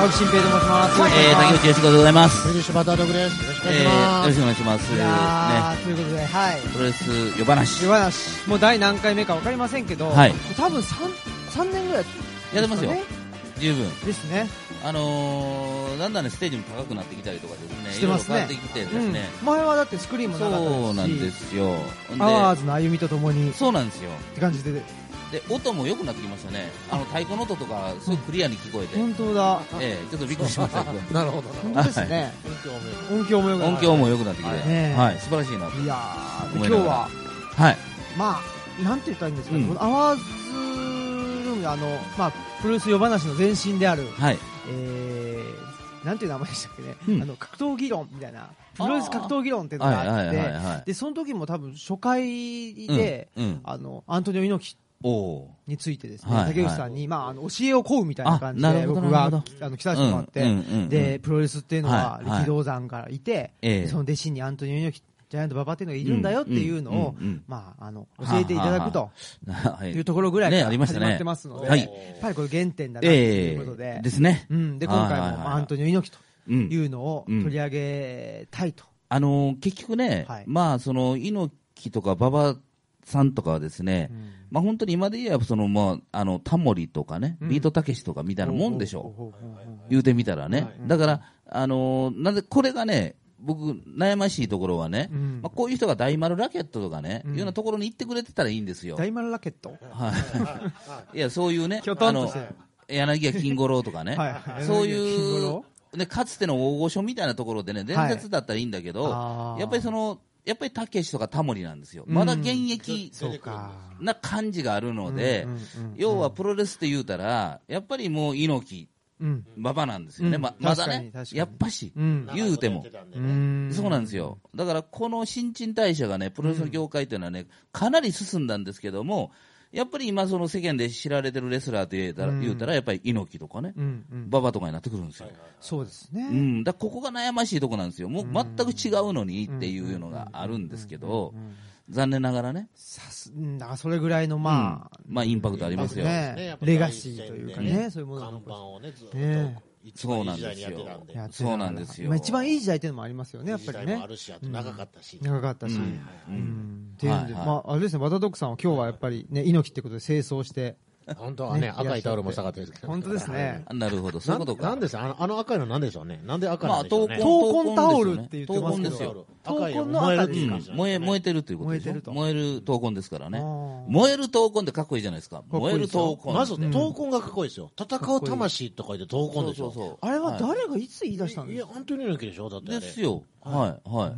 青木新平と申します。 竹内よしこでございます。 藤柴田徳です。よろしくお願いします。 よろしくお願いします。 ということで、はい。 プロレス夜話。 夜話。もう第何回目かわかりませんけど、 はい。 多分3年ぐらいやってますよ。十分。 ですね。 だんだんね、ステージも高くなってきたりとかですね。 してますね。 いろいろ変わってきてですね。 前はだってスクリーンもなかったですし。 そうなんですよ。 アワーズの歩みとともに。 そうなんですよ。 って感じで。 で、音も良くなってきましたね。太鼓の音とか、すごくクリアに聞こえて。 本当だ。 ちょっとびっくりしましたけど。 なるほど。 本当ですね。音響も良くなってきて。 はい。素晴らしいなと。 いやー、今日は、 はい。 まあ、なんて言ったらいいんですか、このアワーズルーム、まあ、プロレス夜話の前身である、 はい。 なんていう名前でしたっけね、格闘技論みたいな、プロレス格闘技論っていうのがあって、で、その時も多分初回で、アントニオ猪木についてですね、竹内さんに、まあ、教えを請うみたいな感じで、僕が来させてもらって、で、プロレスっていうのは力道山がいて、その弟子にアントニオ猪木、ジャイアント馬場っていうのがいるんだよっていうのを、まあ、教えていただくというところぐらいから始まってますので、やっぱりこれ原点だなということで、 ですね。 で、今回もアントニオ猪木というのを取り上げたいと。 結局ね、まあ、その、猪木とか馬場さんとかはですね、まあ本当に今で言えば、タモリとかね、ビートたけしとかみたいなもんでしょう。言うてみたらね。だから、なんでこれがね、僕、悩ましいところはね、まあ、こういう人が大丸ラケットとかね、いうようなところに行ってくれてたらいいんですよ。 大丸ラケットはい。いや、そういうね、柳家金五郎とかね、そういう、ね、かつての大御所みたいなところでね、伝説だったらいいんだけど、やっぱりたけしとかタモリなんですよ。まだ現役な感じがあるので、要はプロレスって言うたら、やっぱりもう猪木、馬場なんですよね。まだね、やっぱし、言うても。そうなんですよ。だからこの新陳代謝がね、プロレスの業界というのはね、かなり進んだんですけども、やっぱり今その世間で知られてるレスラーって言うたら、やっぱり猪木とかね、馬場とかになってくるんですよ。 そうですね。 だからここが悩ましいとこなんですよ。もう全く違うのにっていうのがあるんですけど、残念ながらね。 それぐらいのまあインパクトありますよ。 レガシーというかね、そういうもの看板をね、ずっと。 そうなんですよ。そうなんですよ。 一番いい時代っていうのもありますよね、やっぱりね。 時代もあるし、あと長かったし。 長かったし。っていうんで、まあ、あれですね、和田徳さんは今日はやっぱりね、猪木ってことで清掃して。 本当はね、赤いタオルも下がってるんですけど。 本当ですね。 なるほど、そういうことか。 なんです赤いのなんでしょうね。なんで赤いのでしょうね。 闘魂タオルって言ってますけど。 赤いの燃える燃えてるということでしょ。燃える闘魂ですからね。燃える闘魂ってかっこいいじゃないですか。燃える闘魂。 まず闘魂がかっこいいですよ。戦う魂と書いて闘魂でしょ。 あれは誰がいつ言い出したんですか。 いや、アントニオ猪木でしょ、だって。 ですよ。はい、はい。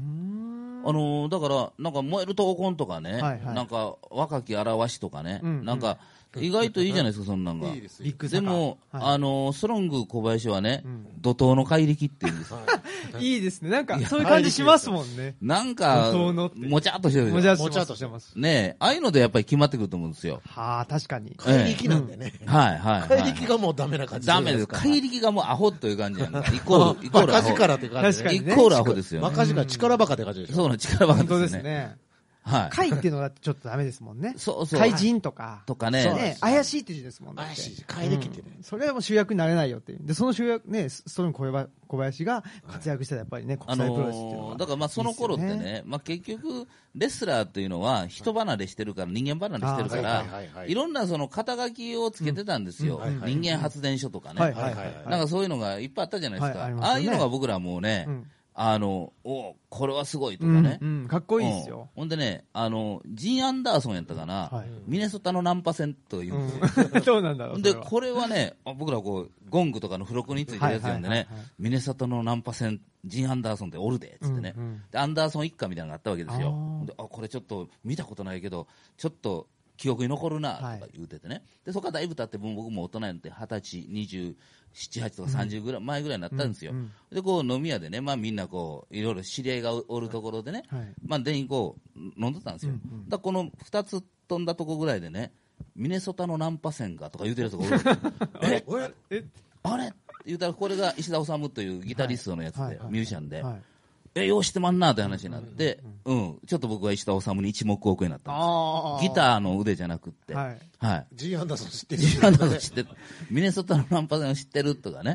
だから、なんか燃える闘魂とかね、なんか若き表しとかね、なんか、意外といいじゃないですか、そんなんが。でも、ストロング小林はね、怒涛の怪力って言うんですよ。 いいですね。なんか、そういう感じしますもんね。 なんか、もちゃっとしてる。 もちゃっとしてます。 ねああいうのでやっぱり決まってくると思うんですよ。 はあ、確かに。 怪力なんでね。 はい、はい。 怪力がもうダメな感じ。 ダメです。怪力がもうアホという感じなんだ。イコールアホ。 バカ力って感じ。 イコールアホですよ。 バカ力、力バカって感じでしょ。 そうな、力バカですね。 本当ですね。 はい。 怪っていうのがちょっとダメですもんね。 そうそう。 怪人とか。 とかね。 怪しいって字ですもんね。 怪しい。怪力ってね。 それはもう主役になれないよっていう。で、その主役ね、ストロング小林が活躍したらやっぱりね、国際プロレスっていうのは。 だからまあその頃ってね、まあ結局、レスラーっていうのは人離れしてるから、人間離れしてるから、いろんなその肩書きをつけてたんですよ。人間発電所とかね。なんかそういうのがいっぱいあったじゃないですか。ああいうのが僕らもうね、これはすごいとかね。 かっこいいですよ。 ほんでね、ジン・アンダーソンやったかな、ミネソタのナンパ戦とか言うんですよ。 どうなんだろう。 で、これはね、僕らこう、ゴングとかの付録についてるやつ読んでね、ミネソタのナンパ戦、ジン・アンダーソンっておるで、つってね。で、アンダーソン一家みたいなのがあったわけですよ。で、これちょっと見たことないけど、ちょっと、記憶に残るなとか言うててね、でそこからだいぶ経って僕も大人になって20歳27、8とか30ぐらい前ぐらいになったんですよ。でこう飲み屋でね、まあみんなこういろいろ知り合いがおるところでね、まあ全員こう飲んでたんですよ。だこの2つ飛んだとこぐらいでね、ミネソタのナンパ戦がとか言うてるやつがおる。あれって言ったらこれが石田治というギタリストのやつで、ミュージシャンで。ようしてまんなって話になって、ちょっと僕は石田治に一目置くようになったんです。ギターの腕じゃなくって。はい。 ジー・アンダーソン知ってる。 ジー・アンダーソン知ってる。ミネソタのナンパ戦を知ってるとかね。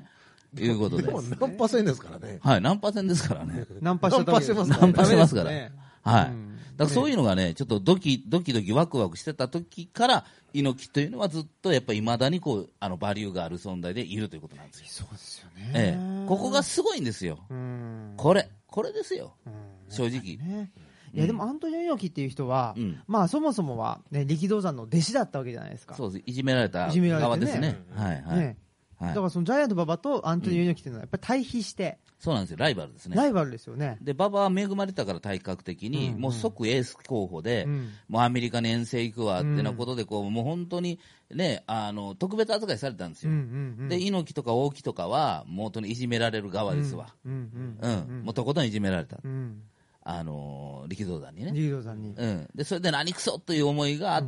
いうことで。 でもナンパ戦ですからね。 はい、ナンパ戦ですからね。 ナンパしてますからね。 ナンパしてますから。はい。だからそういうのがね、ちょっとドキドキワクワクしてた時から、猪木というのはずっとやっぱり未だにこう、バリューがある存在でいるということなんですよ。 そうですよね。 ここがすごいんですよ。これですよ。正直。 いやでもアントニオ猪木っていう人は、まあそもそもはね、力道山の弟子だったわけじゃないですか。 そうです。いじめられた側ですね。はいはい。 だからそのジャイアント馬場とアントニオ猪木っていうのはやっぱり対比して、 そうなんですよ、ライバルですね。 ライバルですよね。 で、馬場は恵まれたから体格的に、もう即エース候補で、もうアメリカに遠征行くわってなことで、こう、もう本当にね、特別扱いされたんですよ。で、猪木とか大木とかは、もう本当にいじめられる側ですわ。もうとことんいじめられた。力道山にね。 力道山に。 で、それで何クソという思いがあって、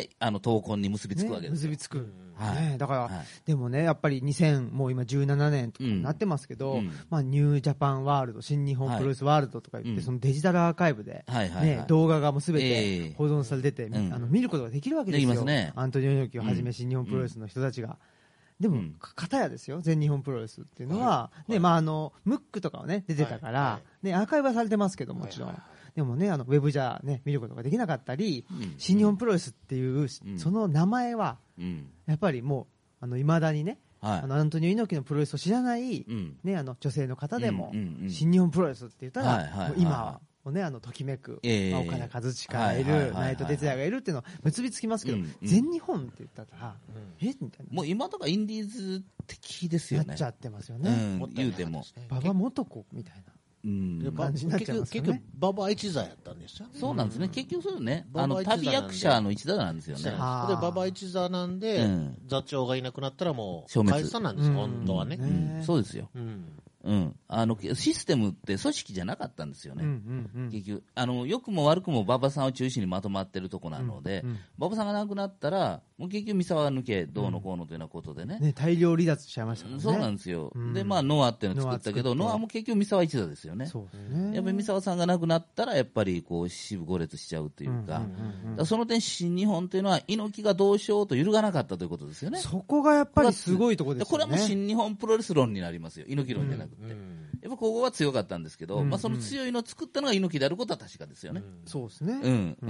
闘魂に結びつくわけですよ。 結びつく。だから、でもね、やっぱりもう今17年とかになってますけど、まあニュージャパンワールド、新日本プロレスワールドとか言って、そのデジタルアーカイブで、動画がもうすべて保存されてて、見ることができるわけですよ。 できますね。 アントニオ猪木をはじめ新日本プロレスの人たちが。でも、片やですよ、全日本プロレスっていうのは、ね、まあムックとかはね、出てたから、ね、アーカイブはされてますけど、もちろん。でもね、ウェブじゃね、見ることができなかったり、新日本プロレスっていう、その名前は、やっぱりもう、未だにね、アントニオ猪木のプロレスを知らない、ね、女性の方でも、新日本プロレスって言ったら、今をね、ときめく、岡田和親がいる、内藤哲也がいるっていうのは結びつきますけど、全日本って言ったら、みたいな。 もう今とかインディーズ的ですよね。 なっちゃってますよね。 言うても。 馬場元子みたいな。感じになっちゃいますよね。 結局、馬場一座やったんですよ。 そうなんですね。結局そうね。旅役者の一座なんですよね。で、 馬場一座なんで、座長がいなくなったらもう、解散なんですよ、本当はね。 そうですよ。システムって組織じゃなかったんですよね。結局、良くも悪くも馬場さんを中心にまとまってるとこなので、馬場さんが亡くなったら、もう結局三沢抜け、どうのこうのというようなことでね。 大量離脱しちゃいましたね。 そうなんですよ。で、まあ、ノアっていうのを作ったけど、ノアも結局三沢一座ですよね。やっぱり三沢さんが亡くなったら、やっぱりこう、支部5列しちゃうというか、その点、新日本というのは、猪木がどうしようと揺るがなかったということですよね。 そこがやっぱりすごいところですよね。 これはもう新日本プロレス論になりますよ。猪木論じゃなくて。やっぱここは強かったんですけど、まあその強いのを作ったのが猪木であることは確かですよね。 そうですね。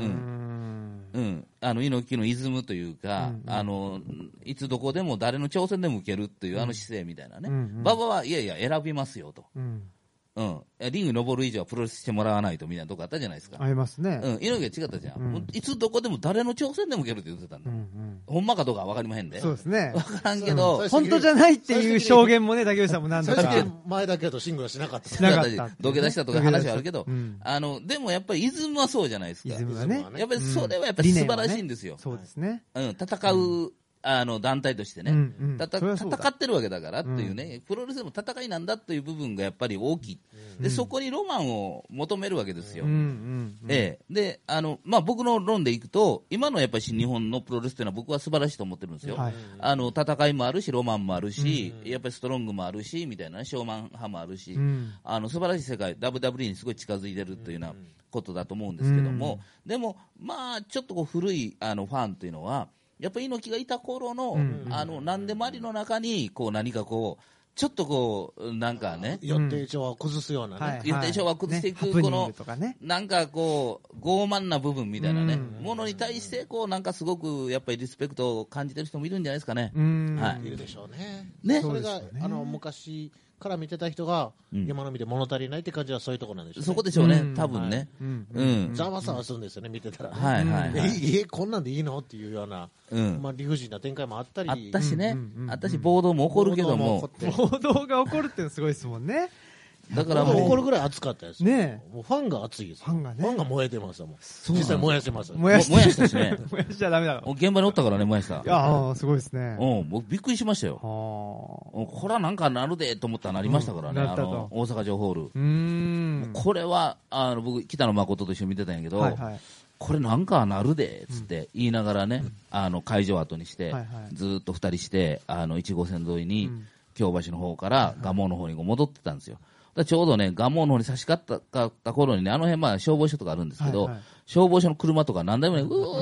猪木のイズムというか、いつどこでも誰の挑戦でも受けるっていう姿勢みたいなね。馬場はいやいや選びますよと。リングに登る以上はプロレスしてもらわないとみたいなとこあったじゃないですか。 ありますね。 猪木は違ったじゃん。いつどこでも誰の挑戦でも受けるって言ってたんだ。ほんまかどうかは分かりまへんで。 そうですね。 分からんけど。 本当じゃないっていう証言もね、竹内さんも何だか。 前だけどシングルはしなかった。 しなかった。 土下座したとか話はあるけど、でもやっぱりイズムはそうじゃないですか。 イズムはね。 やっぱりそれはやっぱり素晴らしいんですよ。 そうですね。 戦う。団体としてね、戦ってるわけだからっていうね、プロレスでも戦いなんだという部分がやっぱり大きい。で、そこにロマンを求めるわけですよ。で、まあ、僕の論でいくと、今のやっぱり新日本のプロレスっていうのは僕は素晴らしいと思ってるんですよ。戦いもあるし、ロマンもあるし、やっぱりストロングもあるし、みたいなね、ショーマン派もあるし、素晴らしい世界、WWE にすごい近づいてるっていうようなことだと思うんですけども、でも、まあ、ちょっとこう古いファンっていうのは、やっぱり猪木がいた頃の、なんでもありの中に、こう何かこう、ちょっとこう、なんかね。 予定調和を崩すようなね。 予定調和を崩していく、この、なんかこう、傲慢な部分みたいなね、ものに対して、こう、なんかすごく、やっぱりリスペクトを感じてる人もいるんじゃないですかね。 いるでしょうね。ね。それが、昔から見てた人が、今の見て物足りないって感じはそういうところなんでしょうね。 そこでしょうね、多分ね。 ざわざわするんですよね、見てたら。こんなんでいいのっていうような、まあ理不尽な展開もあったり。 あったしね。あったし、暴動も起こるけども。 暴動が起こるってのすごいですもんね。 だからもう怒るぐらい熱かったですね。 もうファンが熱いです。 ファンが燃えてますもん。実際燃やしてます。 燃やしたしね。 燃やしちゃダメだから。 現場におったからね、燃やした。 いやすごいですね。 僕びっくりしましたよ。これはなんかなるでと思ったらなりましたからね。大阪城ホール。これは、僕、北野誠と一緒に見てたんやけど、これなんかなるで、つって言いながらね、会場後にして、ずっと二人して、1号線沿いに、京橋の方から蒲生の方に戻ってたんですよ。ちょうどね、蒲生の方に差し掛かった頃にね、辺まあ消防署とかあるんですけど、消防署の車とか何台もね、う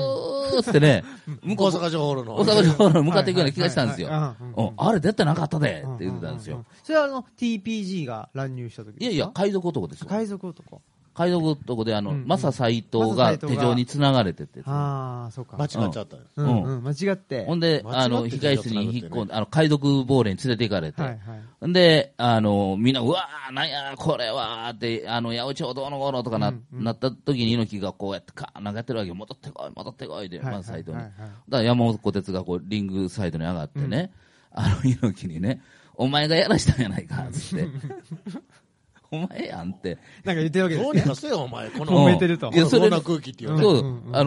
ーってね、 大阪城ホールの。 大阪城ホールに向かっていくような気がしたんですよ。あれ絶対なかったでって言ってたんですよ。 それはTPG が乱入した時ですか？ いやいや、海賊男ですよ。 海賊男。 海賊男でマサ斎藤が手錠に繋がれてて。 ああ、そうか。間違っちゃったんです。 間違って。 ほんで、控室に引っ込んで、海賊亡霊に連れて行かれて。んで、みんな、うわー、なんや、これはって、八百長どうのこうのとかなった時に猪木がこうやってなんかやってるわけよ。戻ってこい、戻ってこいで、マサ斎藤に。だから山本小鉄がこう、リングサイドに上がってね、猪木にね、お前がやらしたんやないか、つって。お前やんって。 なんか言ってるわけですね。 どうにかせよ、お前。この、 揉めてると。 いや、それな空気っていうね。 そう、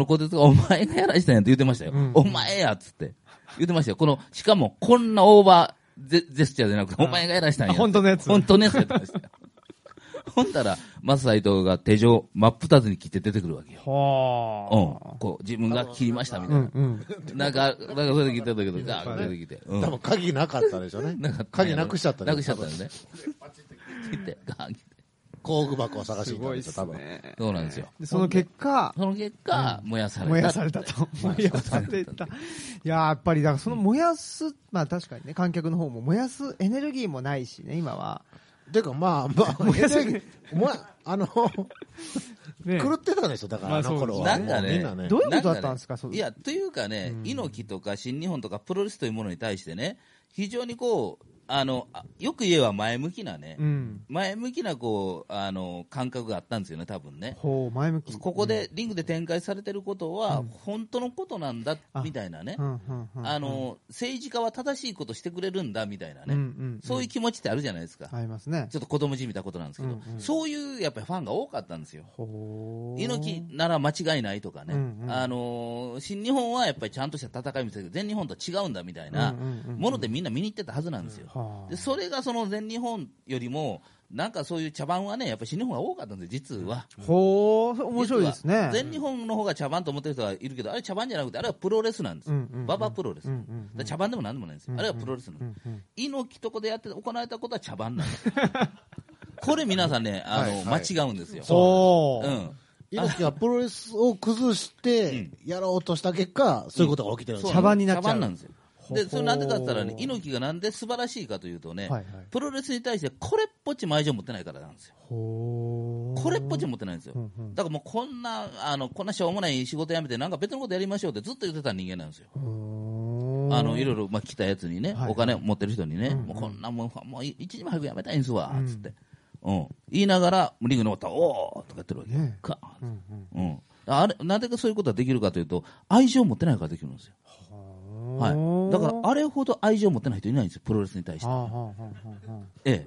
小鉄がお前がやらしたんやって言ってましたよ。お前やっつって。言ってましたよ。しかも、こんなオーバージェスチャーじゃなくて、お前がやらしたんや。 本当のやつ。 本当のやつやってましたよ。ほんだら、マサ斎藤が手錠、真っ二つに切って出てくるわけよ。こう、自分が切りましたみたいな。なんか、それで切ってたけど、ガーッ出てきて。 多分鍵なかったでしょうね。鍵なくしちゃったね。なくしちゃったよね。切って、ガーッ切って。 工具箱を探していたんですよ、多分。 そうなんですよ。 その結果、 燃やされた。 燃やされたと。燃やされた。いや、やっぱり、だからその燃やす、まあ確かにね、観客の方も燃やすエネルギーもないしね、今は。 てか、まあ、燃やす、狂ってたんですよ、だから、あの頃は。 なんかね、 どういうことだったんですか、 いや、というかね、猪木とか新日本とかプロレスというものに対してね、非常にこう、よく言えば前向きなね、前向きなこう、感覚があったんですよね、多分ね。 前向き。 ここで、リングで展開されてることは、本当のことなんだ、みたいなね。政治家は正しいことしてくれるんだ、みたいなね。そういう気持ちってあるじゃないですか。 ありますね。 ちょっと子供じみたことなんですけど、そういうやっぱりファンが多かったんですよ。猪木なら間違いないとかね。新日本はやっぱりちゃんとした戦い見せる全日本とは違うんだ、みたいなものでみんな見に行ってたはずなんですよ。でそれがその全日本よりもなんかそういう茶番はねやっぱり新日本が多かったんですよ、実は。 面白いですね。 全日本の方が茶番と思ってる人はいるけど、あれ茶番じゃなくてあれはプロレスなんですよ。ババプロレス。茶番でもなんでもないんですよ。あれはプロレスなんです。猪木とこでやって行われたことは茶番なんです。これ皆さんね間違うんですよ。 猪木はプロレスを崩してやろうとした結果、そういうことが起きてるんですよ。 茶番になっちゃう。 茶番なんですよ。で、それなんでかって言ったらね、猪木がなんで素晴らしいかというとね、プロレスに対してこれっぽっちも愛情持ってないからなんですよ。これっぽっちも持ってないんですよ。だからもうこんなしょうもない仕事辞めてなんか別のことやりましょうってずっと言ってた人間なんですよ。いろいろ来たやつにね、お金持ってる人にね、もうこんなもう一日も早く辞めたいんですわ、つって。言いながら、リングに終わったら、おーとか言ってるわけ。なんでかそういうことができるかというと、愛情を持ってないからできるんですよ。はい。だから、あれほど愛情を持ってない人いないんですよ、プロレスに対して。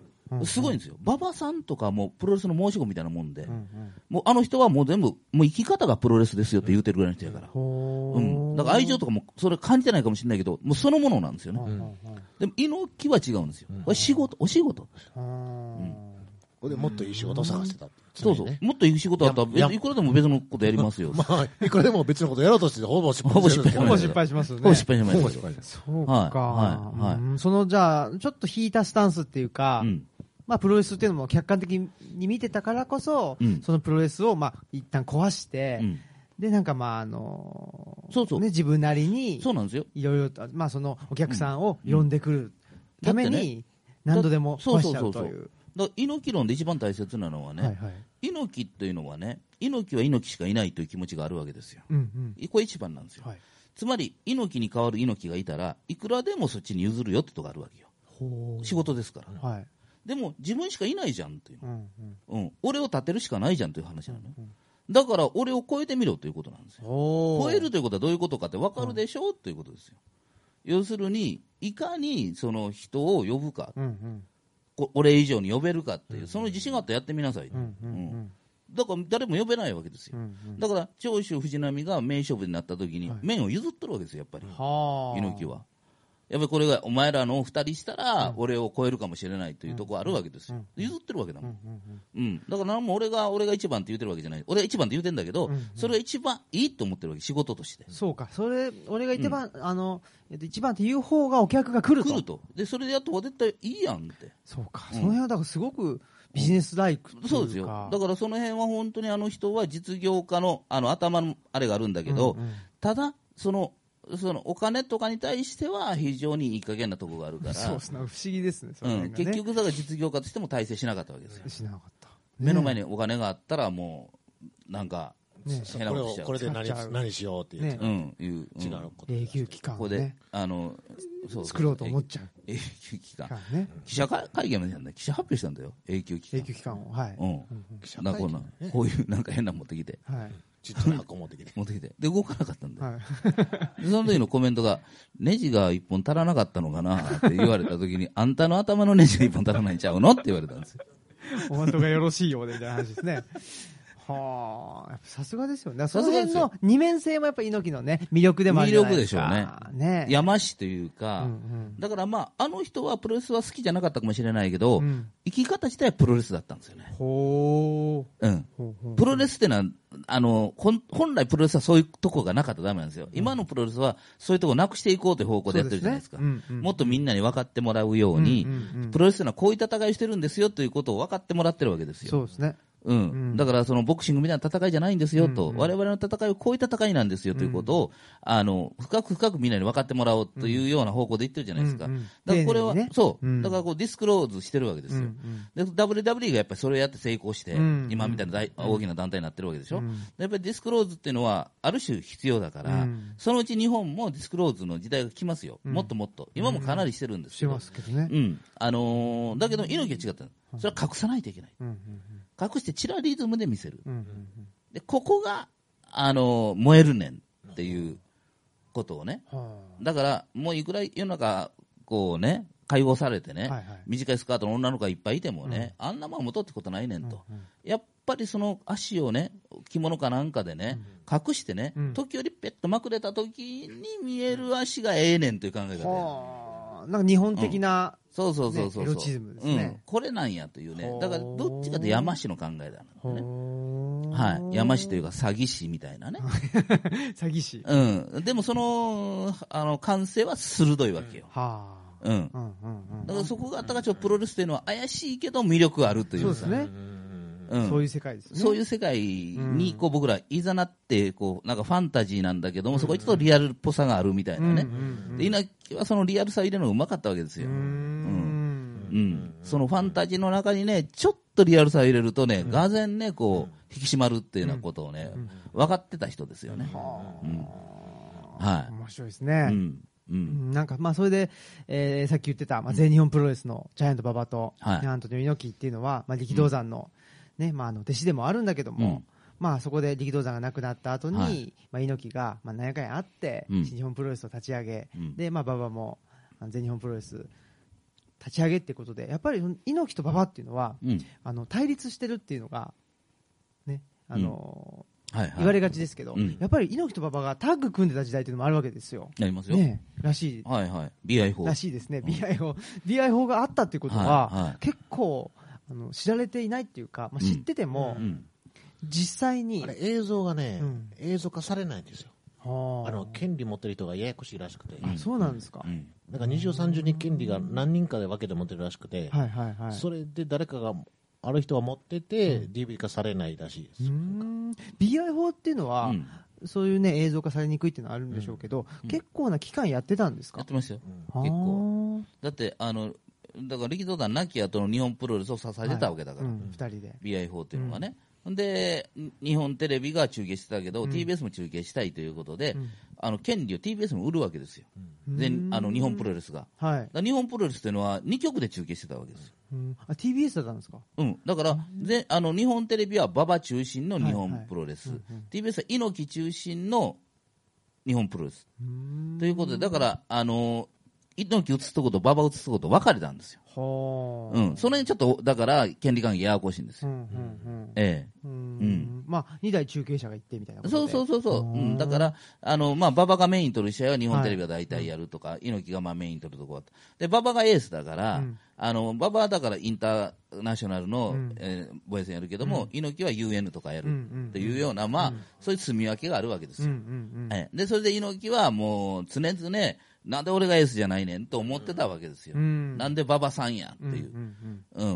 すごいんですよ。馬場さんとかもプロレスの申し子みたいなもんで、もうあの人はもう全部、もう生き方がプロレスですよって言うてるぐらいの人やから。だから愛情とかもそれ感じてないかもしれないけど、もうそのものなんですよね。でも、猪木は違うんですよ。これお仕事です。 でもっといい仕事を探してた。 そうそう。もっといい仕事あったら、いくらでも別のことやりますよ。 まあ、いくらでも別のことやろうとして、ほぼ失敗します。 ほぼ失敗しますよね。 ほぼ失敗します。 そうか。その、じゃあ、ちょっと引いたスタンスっていうか、まあ、プロレスっていうのも客観的に見てたからこそ、そのプロレスを、まあ、一旦壊して、で、なんかまあ、自分なりに、 そうなんですよ。 いろいろと、まあ、そのお客さんを呼んでくるために、何度でも壊しちゃうという。 猪木論で一番大切なのはね、猪木というのはね、猪木は猪木しかいないという気持ちがあるわけですよ。これ一番なんですよ。つまり、猪木に代わる猪木がいたらいくらでもそっちに譲るよってとこがあるわけよ。仕事ですから。でも、自分しかいないじゃんっていう。俺を立てるしかないじゃんという話なの。だから、俺を超えてみろということなんですよ。超えるということはどういうことかって分かるでしょということですよ。要するに、いかにその人を呼ぶか。俺以上に呼べるかっていう、その自信があったらやってみなさい。だから誰も呼べないわけですよ。だから長州藤波が名勝負になった時に面を譲っとるわけですよ、やっぱり猪木は。やっぱりこれがお前らの2人したら俺を超えるかもしれないというところあるわけですよ。譲ってるわけだもん。だから何も俺が一番って言ってるわけじゃない。俺が一番って言ってるんだけど、それが一番いいと思ってるわけ、仕事として。 そうか、俺が一番、一番って言う方がお客が来ると。 で、それでやった方が絶対いいやんって。 そうか、その辺はだからすごくビジネスライク。 そうですよ。だからその辺は本当にあの人は実業家の頭のあれがあるんだけど、 ただそのお金とかに対しては非常にいい加減なところがあるから、 そうですね、不思議ですね、それがね。 結局だから実業家としても大成しなかったわけですよ。 しなかった。 目の前にお金があったらもうなんか変なことしちゃう。 これで何しようっていう、 いう違うこと。 永久期間ここで作ろうと思っちゃう。 永久期間記者会見までやんない。記者発表したんだよ、永久期間。 永久期間を、はい。 こういうなんか変な持ってきて。 はい。 ちっちゃな箱持ってきて。 で、動かなかったんだよ。で、その時のコメントが、ネジが一本足らなかったのかなって言われた時に、あんたの頭のネジが一本足らないんちゃうのって言われたんですよ。 お後がよろしいようでみたいな話ですね。はあ、さすがですよね。その辺の二面性もやっぱ猪木のね、魅力でもあるじゃないですか。 魅力でしょうね。山師というか、だからまあ、あの人はプロレスは好きじゃなかったかもしれないけど、生き方自体はプロレスだったんですよね。プロレスってのは、本来プロレスはそういうとこがなかったらダメなんですよ。今のプロレスはそういうとこなくしていこうという方向でやってるじゃないですか。もっとみんなに分かってもらうように、プロレスというのはこういう戦いをしてるんですよということを分かってもらってるわけですよ。 そうですね。 だからそのボクシングみたいな戦いじゃないんですよと、我々の戦いはこういう戦いなんですよということを、深くみんなに分かってもらおうというような方向で言ってるじゃないですか。だからこれは、そう、だからこうディスクローズしてるわけですよ。で、WWE がやっぱりそれをやって成功して、今みたいな大きな団体になってるわけでしょ。やっぱりディスクローズっていうのは、ある種必要だから、そのうち日本もディスクローズの時代が来ますよ。もっともっと。今もかなりしてるんですけど。 しますけどね。 だけど猪木は違った。それは隠さないといけない。隠してチラリズムで見せる。で、ここが、燃えるねんっていうことをね。だから、もういくら世の中、こうね、解放されてね、短いスカートの女の子がいっぱいいてもね、あんなもん元ってことないねんと。やっぱりその足をね、着物かなんかでね、隠してね、時折ペッとまくれた時に見える足がええねんという考え方なんか日本的な、 そうエロチズムですね。 これなんやというね。だからどっちかと山師の考えだなんね。はい。山師というか詐欺師みたいなね。 詐欺師。 でもその感性は鋭いわけよ。だからそこが高千穂プロレスというのは怪しいけど魅力あるという。 そうですね。そういう世界ですね。 そういう世界にこう僕らいざなってこうなんかファンタジーなんだけども、そこにちょっとリアルっぽさがあるみたいなね。で猪木はそのリアルさを入れるのがうまかったわけですよ。そのファンタジーの中にね、ちょっとリアルさを入れるとね、がぜんねこう引き締まるっていうようなことをね、分かってた人ですよね。はい。 面白いですね。なんかまあそれで、さっき言ってた、全日本プロレスのジャイアント馬場とアントニオ猪木っていうのは、力道山のね、弟子でもあるんだけども、そこで力道山が亡くなった後に、猪木が何やかんやあって、新日本プロレスを立ち上げ、で馬場も全日本プロレス立ち上げっていうことで、やっぱり猪木と馬場っていうのは、対立してるっていうのがね、言われがちですけど、やっぱり猪木と馬場がタッグ組んでた時代っていうのもあるわけですよ。 ありますよ。 らしい。 BI 法。 らしいですね。BI 法があったっていうことは、結構知られていないっていうか、知ってても、実際に。 あれ映像がね、映像化されないんですよ。権利持ってる人がややこしいらしくて。 そうなんですか。 なんか20、30人権利が何人かで分けて持ってるらしくて、それで誰かが、ある人が持ってて、DVD 化されないらしいです。 BI 法っていうのは、そういうね、映像化されにくいっていうのはあるんでしょうけど、結構な期間やってたんですか？ やってますよ。結構。だって、だから力道山亡き後の日本プロレスを支えてたわけだから。 2人で。 BI 法っていうのがね。で、日本テレビが中継してたけど、TBS も中継したいということで、権利を TBS も売るわけですよ。日本プロレスが。日本プロレスというのは2局で中継してたわけですよ。 TBS だったんですか？ だから、日本テレビは馬場中心の日本プロレス。TBS は猪木中心の日本プロレス。ということで、だから、猪木映すとこと馬場映すとこと分かれたんですよ。その辺ちょっと、だから、権利関係ややこしいんですよ。 2台中継者が行ってみたいなことで。 そう。だから、馬場がメイン取る試合は日本テレビが大体やるとか、猪木がメイン取るとこで、馬場がエースだから、馬場はだからインターナショナルの防衛戦やるけども、猪木は UN とかやるっていうような、そういう住み分けがあるわけですよ。で、それで猪木はもう常々、 なんで俺がエースじゃないねんと思ってたわけですよ。なんで馬場さんやっていう、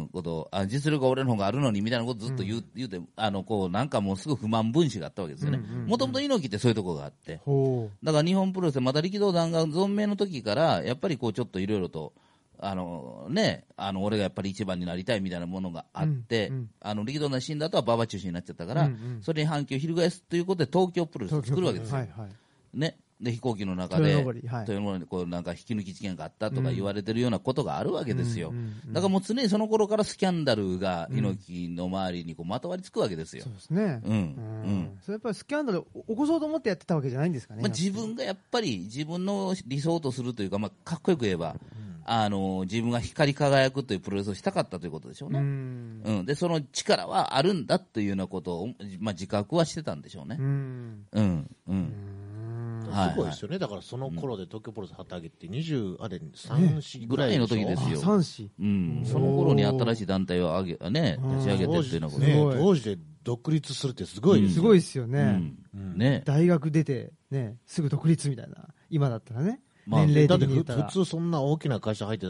ことを、実力が俺の方があるのにみたいなことずっと言うて、こう、なんかもうすぐ不満分子があったわけですよね。もともと猪木ってそういうところがあって。だから日本プロレスでまた力道団が存命の時から、やっぱりこうちょっといろいろと、俺がやっぱり一番になりたいみたいなものがあって、力道団死んだ後は馬場中心になっちゃったから、それに反響を翻すということで東京プロレスを作るわけですよ。ね。で、飛行機の中で、豊登にこうなんか引き抜き事件があったとか言われてるようなことがあるわけですよ。だからもう常にその頃からスキャンダルが猪木の周りにこうまとわりつくわけですよ。 そうですね。それやっぱりスキャンダルを起こそうと思ってやってたわけじゃないんですかね。 自分がやっぱり自分の理想とするというか、かっこよく言えば、自分が光り輝くというプロレスをしたかったということでしょうね。で、その力はあるんだというようなことを、自覚はしてたんでしょうね。 すごいですよね。だからその頃で東京プロレス旗揚げって3、4 ぐらいの時ですよ。その頃に新しい団体を立ち上げてっていうのは当時で独立するってすごいですよ。 すごいですよね。大学出て、ね、すぐ独立みたいな。今だったらね。 年齢的に言ったら。だって普通そんな大きな会社入って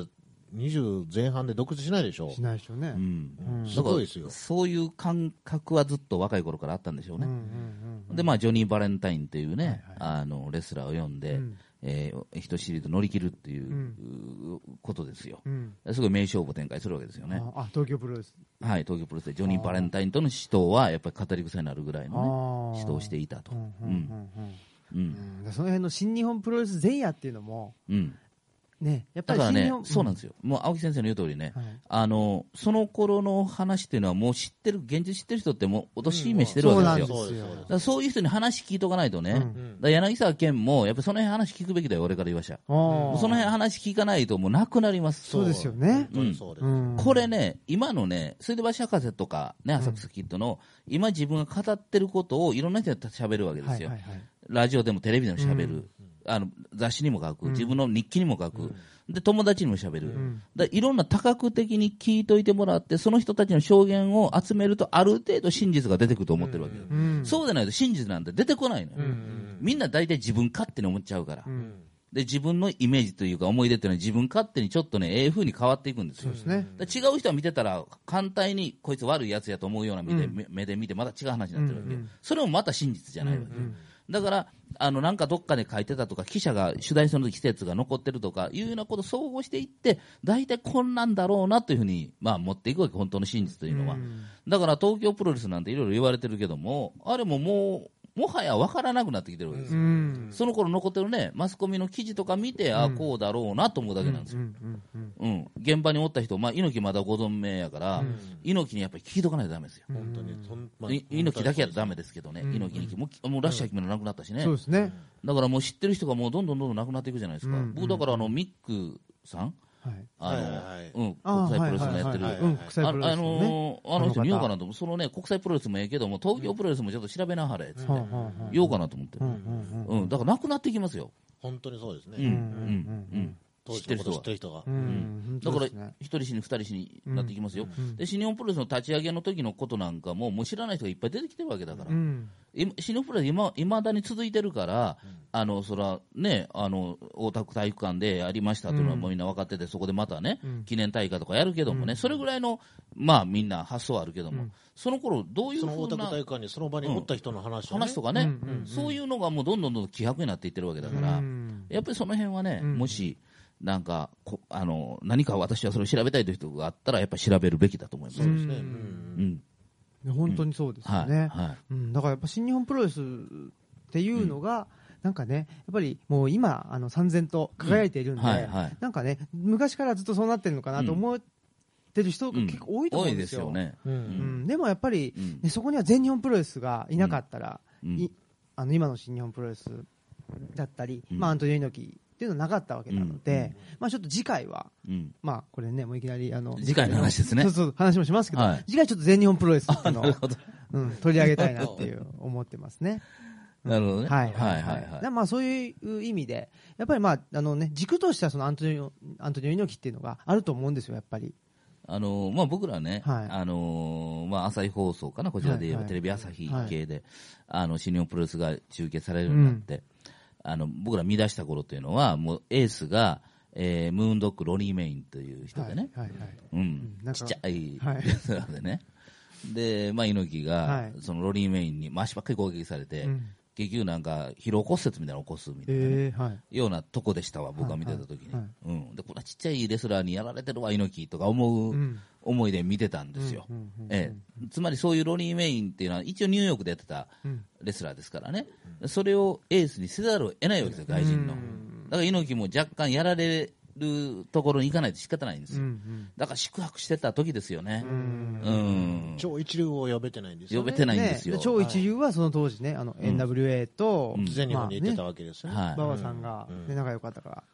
20前半で独立しないでしょ。 しないでしょうね。 すごいですよ。 そういう感覚はずっと若い頃からあったんでしょうね。で、ジョニー・バレンタインというね、レスラーを呼んで、一シリーズ乗り切るっていうことですよ。すごい名勝負を展開するわけですよね。 東京プロレス。 はい、東京プロレスでジョニー・バレンタインとの死闘はやっぱり語り草になるぐらいのね、死闘をしていたと。 その辺の新日本プロレス前夜っていうのも、ね、やっぱりだからね、そうなんですよ。もう青木先生の言う通りね、その頃の話っていうのはもう現実知ってる人ってもうお年めしてるわけですよ。そういう人に話聞いとかないとね、柳沢健もやっぱりその辺話聞くべきだよ、俺から言わしゃ。その辺話聞かないともうなくなります。 そうですよね。 これね、今のね、それで橋博士とかね、浅草キッドの、今自分が語ってることをいろんな人が喋るわけですよ。ラジオでもテレビでも喋る。雑誌にも書く、自分の日記にも書く、で友達にも喋る、いろんな多角的に聞いといてもらって、その人たちの証言を集めると、ある程度真実が出てくると思ってるわけよ。そうでないと真実なんて出てこないのよ。みんな大体自分勝手に思っちゃうから。で自分のイメージというか思い出っていうのは自分勝手にちょっとね、ええ風に変わっていくんですよ。違う人は見てたら簡単にこいつ悪いやつやと思うような目で見てまた違う話になってるわけよ。それもまた真実じゃないわけよ。だから、なんかどっかで書いてたとか、記者が取材する季節が残ってるとか、いうようなことを総合していって、大体こんなんだろうなというふうに、持っていくわけ、本当の真実というのは。だから東京プロレスなんていろいろ言われてるけども、あれももはや分からなくなってきてるわけですよ。その頃残ってるね、マスコミの記事とか見て、こうだろうなと思うだけなんですよ。現場におった人、猪木まだご存命やから、猪木にやっぱり聞いとかないとダメですよ。猪木だけやとダメですけどね、猪木にもうラッシャー決めのなくなったしね。だからもう知ってる人がもうどんどんなくなっていくじゃないですか。僕だからミックさん、国際プロレスもやってる、あの人に言おうかなと思う。そのね、国際プロレスもええけども、東京プロレスもちょっと調べなはれっつって言おうかなと思ってる。だからなくなってきますよ。 本当にそうですね。 知ってる人が。だから一人死に二人死になってきますよ。で新日本プロレスの立ち上げの時のことなんかもう知らない人がいっぱい出てきてるわけだから。新日本プロレスいまだに続いてるから、そらね、大田区体育館でやりましたというのはもうみんな分かってて、そこでまたね、記念大会とかやるけどもね、それぐらいのみんな発想はあるけども、その頃どういうふうなその大田区体育館にその場におった人の話とかね、そういうのがもうどんどん希薄になっていってるわけだから、やっぱりその辺はね、もしなんか何か私はそれを調べたいという人があったらやっぱり調べるべきだと思います。そうですね。 本当にそうですよね。だからやっぱ新日本プロレスっていうのが、なんかね、やっぱりもう今燦然と輝いているんで、なんかね、昔からずっとそうなってるのかなと思ってる人が結構多いと思うんですよ。でもやっぱりそこには全日本プロレスがいなかったら、今の新日本プロレスだったり、アントニオ猪木っていうのはなかったわけなので、ちょっと次回は、これね、もういきなり次回の話ですね。 そう話もしますけど、次回ちょっと全日本プロレスっていうのを取り上げたいなっていう思ってますね。 なるほどね。 そういう意味で、やっぱり軸としてはそのアントニオ猪木っていうのがあると思うんですよ、やっぱり。 僕らね、朝日放送かな、こちらで言えばテレビ朝日系で、新日本プロレスが中継されるようになって、 僕ら見出した頃っていうのは、もうエースが、ムーンドッグ・ロニー・メインという人でね、ちっちゃいレスラーでね、で、猪木が、そのロニー・メインに足ばっかり攻撃されて、結局なんか疲労骨折みたいなのを起こすみたいな、ようなとこでしたわ、僕が見てた時に、でこんなちっちゃいレスラーにやられてるわ猪木とか思いで見てたんですよ、つまりそういうロニー・メインっていうのは一応ニューヨークでやってたレスラーですからね、それをエースにせざるを得ないわけですよ、外人の。だから猪木も若干やられるところに行かないと仕方ないんですよ、だから宿泊してた時ですよね。 超一流を呼べてないんですよね。 呼べてないんですよ。 超一流はその当時ね、NWA と全日本に行ってたわけですよね。 馬場さんが仲良かったから。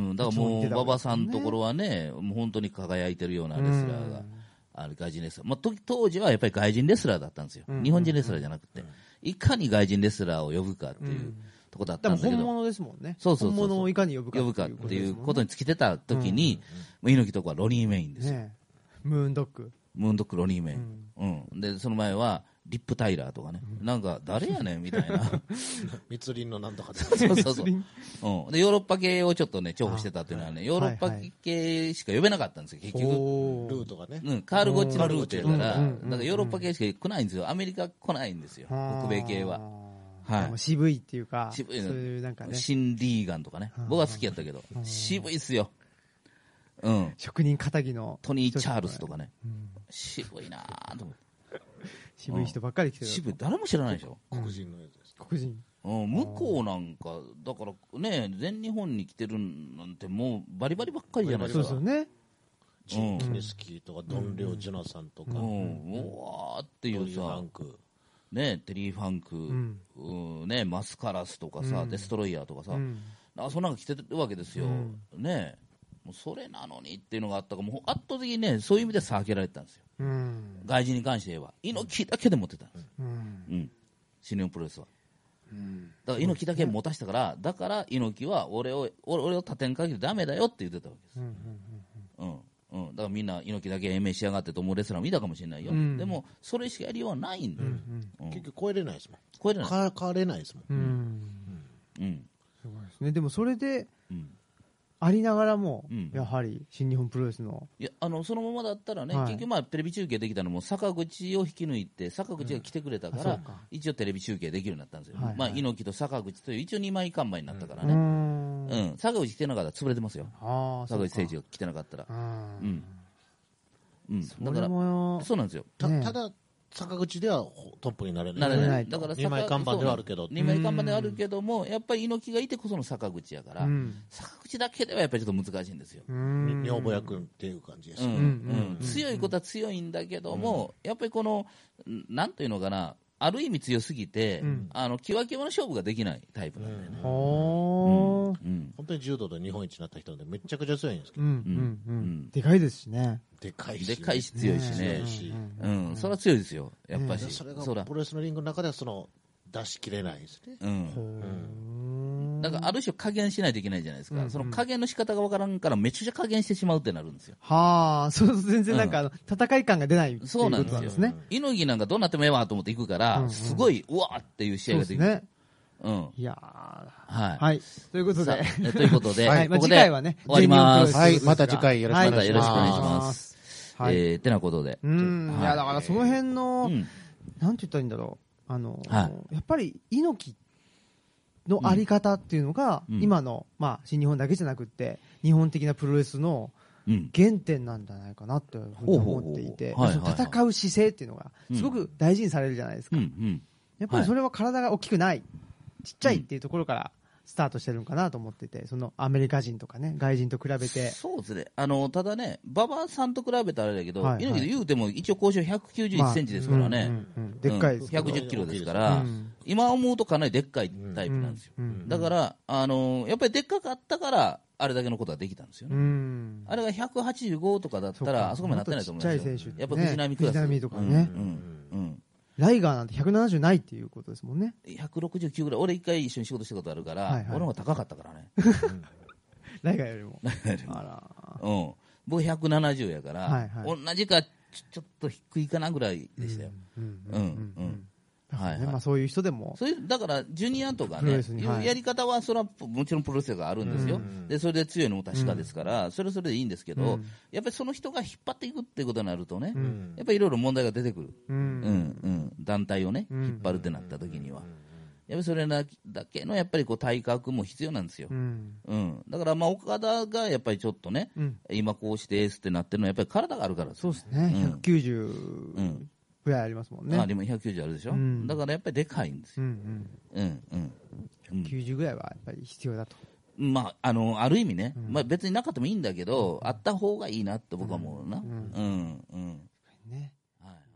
だからもう馬場さんのところはね、もう本当に輝いてるようなレスラーが、外人レスラー、当時はやっぱり外人レスラーだったんですよ、日本人レスラーじゃなくて、いかに外人レスラーを呼ぶかっていうとこだったんだけど、 本物ですもんね。 本物をいかに呼ぶかっていうことに尽きてた時に、猪木とこはロニー・メインですよ、 ムーンドッグロニー・メイン、でその前はリップ・タイラーとかね、なんか誰やねんみたいな密林のなんとかででヨーロッパ系をちょっとね重宝してたっていうのはね、ヨーロッパ系しか呼べなかったんですよ結局、ルートがね、 カール・ゴッチのルートやから、だからヨーロッパ系しか来ないんですよ、アメリカ来ないんですよ、北米系は。 渋いっていうか、 渋いの、シン・リーガンとかね、僕は好きやったけど、渋いっすよ。 職人かたぎのトニー・チャールズとかね、渋いなと思って。 渋い人ばっかり来てる。 渋い、誰も知らないでしょ。 黒人のやつです。 黒人。 向こうなんか、だからね、全日本に来てるなんてもうバリバリばっかりじゃないですか。 そうですよね。 ジン・キネスキーとか、ドン・レオ・ジュナさんとか、 うわーっていうさ、ね、テリー・ファンク、ね、マスカラスとかさ、デストロイヤーとかさ、そんなの来てるわけですよ。ね。もうそれなのにっていうのがあったから、もう圧倒的にね、そういう意味で避けられてたんですよ。外人に関して言えば、猪木だけで持ってたんです。新日本プロレスは。だから猪木だけ持たせたから、だから猪木は俺を立てん限りダメだよって言ってたわけです。だからみんな猪木だけ延命しやがってと思うレスラーも見たかもしれないよ。でも、それしかやりようはないんだよ。 結局超えれないですもん。 超えれない。 変われないですもん。 すごいですね。でもそれで、ありながらも、やはり新日本プロレスの、 いやそのままだったらね、結局テレビ中継できたのも坂口を引き抜いて、坂口が来てくれたから、一応テレビ中継できるようになったんですよ。猪木と坂口という一応2枚看板になったからね。坂口来てなかったら潰れてますよ。坂口誠二が来てなかったら。だからそうなんですよ。 ただ坂口ではトップになれない。 だから 2枚看板ではあるけど。 2枚看板ではあるけども、やっぱり猪木がいてこその坂口やから、坂口だけではやっぱりちょっと難しいんですよ。 女房役っていう感じですね。 強いことは強いんだけども、やっぱりこの、なんというのかな、ある意味強すぎて、キワキワの勝負ができないタイプなんだよね。 本当に柔道で日本一になった人でめちゃくちゃ強いんですけど。 でかいですしね。 でかいし強いしね。それは強いですよ、やっぱり。 それがプロレスのリングの中では出しきれないですね。 だからある種加減しないといけないじゃないですか。その加減の仕方がわからんからめちゃくちゃ加減してしまうってなるんですよ。 そう全然なんか戦い感が出ないっていうことなんですね。 猪木なんかどうなってもええわと思っていくから、すごい、うわーっていう試合ができる。 いやはい。ということで。 次回はね、 終わります。 はい、また次回よろしくお願いします。ってなことで。 いや、だからその辺の、なんて言ったらいいんだろう。やっぱり猪木のあり方っていうのが、今の、新日本だけじゃなくて、日本的なプロレスの原点なんじゃないかなというふうに思っていて、戦う姿勢っていうのが、すごく大事にされるじゃないですか。やっぱりそれは体が大きくない、ちっちゃいっていうところからスタートしてるのかなと思ってて、そのアメリカ人とかね、外人と比べて。 そうですね。ただね、馬場さんと比べたらあれだけど、猪木で言うても一応交渉191センチですからね。 でっかいです。 110キロですから、今思うとかなりでっかいタイプなんですよ。だから、やっぱりでっかかったから、あれだけのことができたんですよね。あれが185とかだったら、あそこまでなってないと思うんですよ。 ちっちゃい選手。 やっぱ藤波クラス。 藤波とかね。ライガーなんて170ないっていうことですもんね。 169ぐらい。俺一回一緒に仕事したことあるから、俺の方が高かったからね。 ライガーよりも。 僕170やから、同じかちょっと低いかなぐらいでしたよ。 はいまあ、そういう人でもだからジュニアとかね、いうやり方はそれはもちろんプロレスがあるんですよ、でそれで強いのも確かですから、それはそれでいいんですけど、やっぱりその人が引っ張っていくっていうことになるとね、やっぱりいろいろ問題が出てくる、団体をね、引っ張るってなった時には。やっぱりそれだけのやっぱりこう体格も必要なんですよ、だからまあ岡田がやっぱりちょっとね、今こうしてエースってなってるのはやっぱり体があるからです、 そうですね、190ぐらいありますもんね。 でも190あるでしょ、だからやっぱりでかいんですよ、 190ぐらいはやっぱり必要だと。 まあ、ある意味ね、まあ、別になかったもいいんだけど、あった方がいいなって僕は思うな。